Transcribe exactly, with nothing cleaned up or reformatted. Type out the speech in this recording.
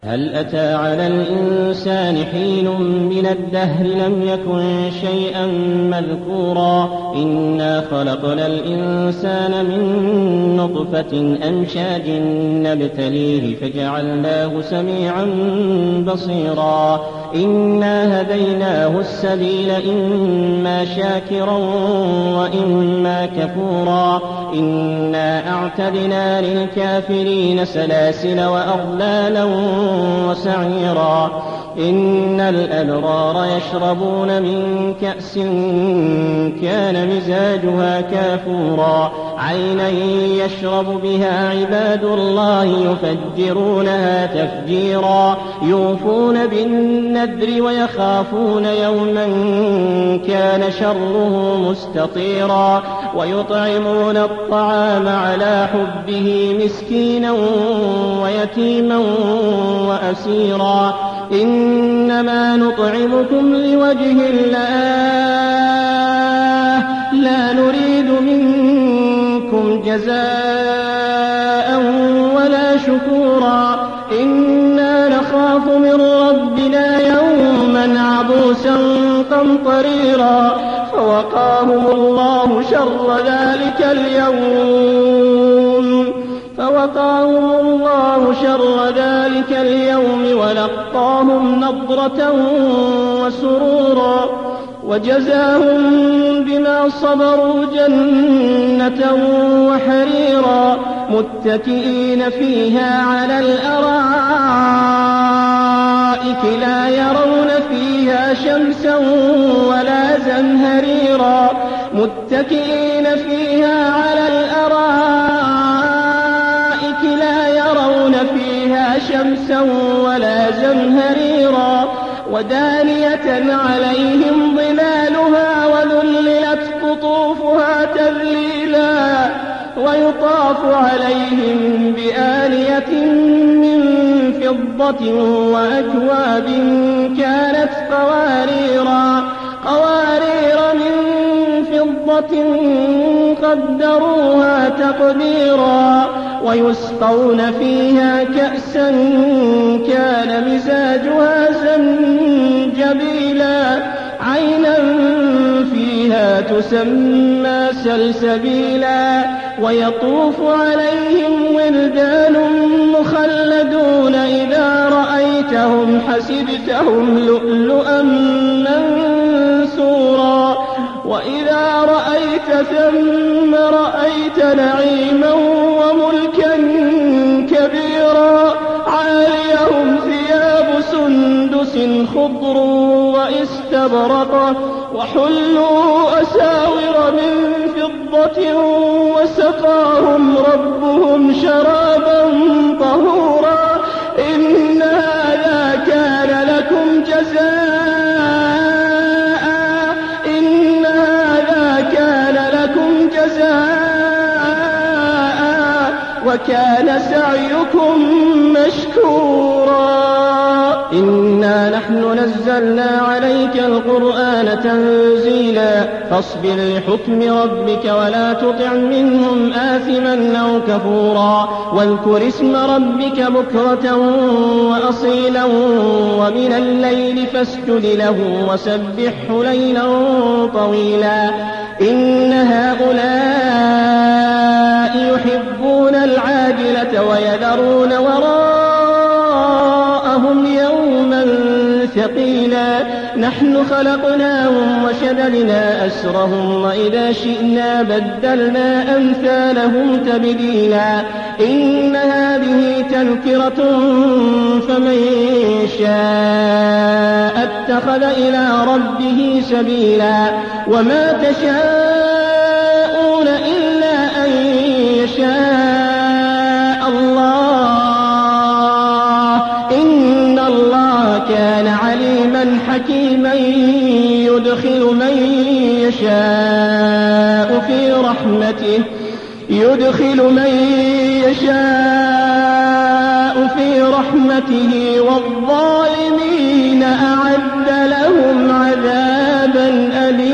هل أتى على الإنسان حين من الدهر لم يكن شيئا مذكورا إنا خلقنا الإنسان من نطفة أمشاج نبتليه فجعلناه سميعا بصيرا إنا هديناه السبيل إما شاكرا وإما كفورا إنا أعتدنا للكافرين سلاسل وأغلالا وسعيرا إن الأبرار يشربون من كأس كان مزاجها كافورا عينا يشرب بها عباد الله يفجرونها تفجيرا يوفون بالنذر ويخافون يوما كان شره مستطيرا ويطعمون الطعام على حبه مسكينا ويتيما وأسيرا إنما نطعمكم لوجه الله لا نريد منكم جزاء ولا شكورا إنا نخاف من ربنا يوما عبوسا قمطريرا فوقاهم الله شر ذلك اليوم فوقاهم الله شر ذلك اليوم ولقاهم نضرة وسرورا وجزاهم بما صبروا جنة وحريرا متكئين فيها على الأرائك لا يرون فيها شمسا ولا زمهريرا متكئين فيها على الأرائك لا يرون فيها شمسا ولا زمهريرا ودانية عليهم ظلالها وذللت قطوفها تذليلا ويطاف عليهم بآنية من فضة وأكواب كانت قواريرا قوارير من فضة قدروها تقديرا ويسقون فيها كأسا كان مزاجها زنجبيلا عينا فيها تسمى سلسبيلا ويطوف عليهم ولدان مخلدون إذا رأيتهم حسبتهم لؤلؤا منثورا وإذا رأيت ثم رأيت نعيما وملكا كبيرا عاليهم ثياب سندس خضر واستبرق وحلوا أساور من فضة وسقاهم ربهم شرابا طهورا إن هذا كان لكم جزاء إن هذا كان لكم جزاء وكان سعيكم مشكورا إنا نحن نزلنا عليك القرآن تنزيلا فاصبر لحكم ربك ولا تطع منهم آثما أو كفورا واذكر اسم ربك بكرة وأصيلا ومن الليل فاسجد له وسبحه ليلا طويلا إن هؤلاء يحبون العاجلة ويذرون وراءهم يوما ثقيلا نحن خلقناهم وشددنا أسرهم وإذا شئنا بدلنا أمثالهم تبديلا إن هذه تذكرة فمن شاء اتخذ إلى ربه سبيلا وما تشاءون إلا أن يشاء الله إن الله كان عليما حكيما يدخل من يشاء في رحمته يدخل من يشاء في رحمته والظالمين أعد لهم عذابا أليما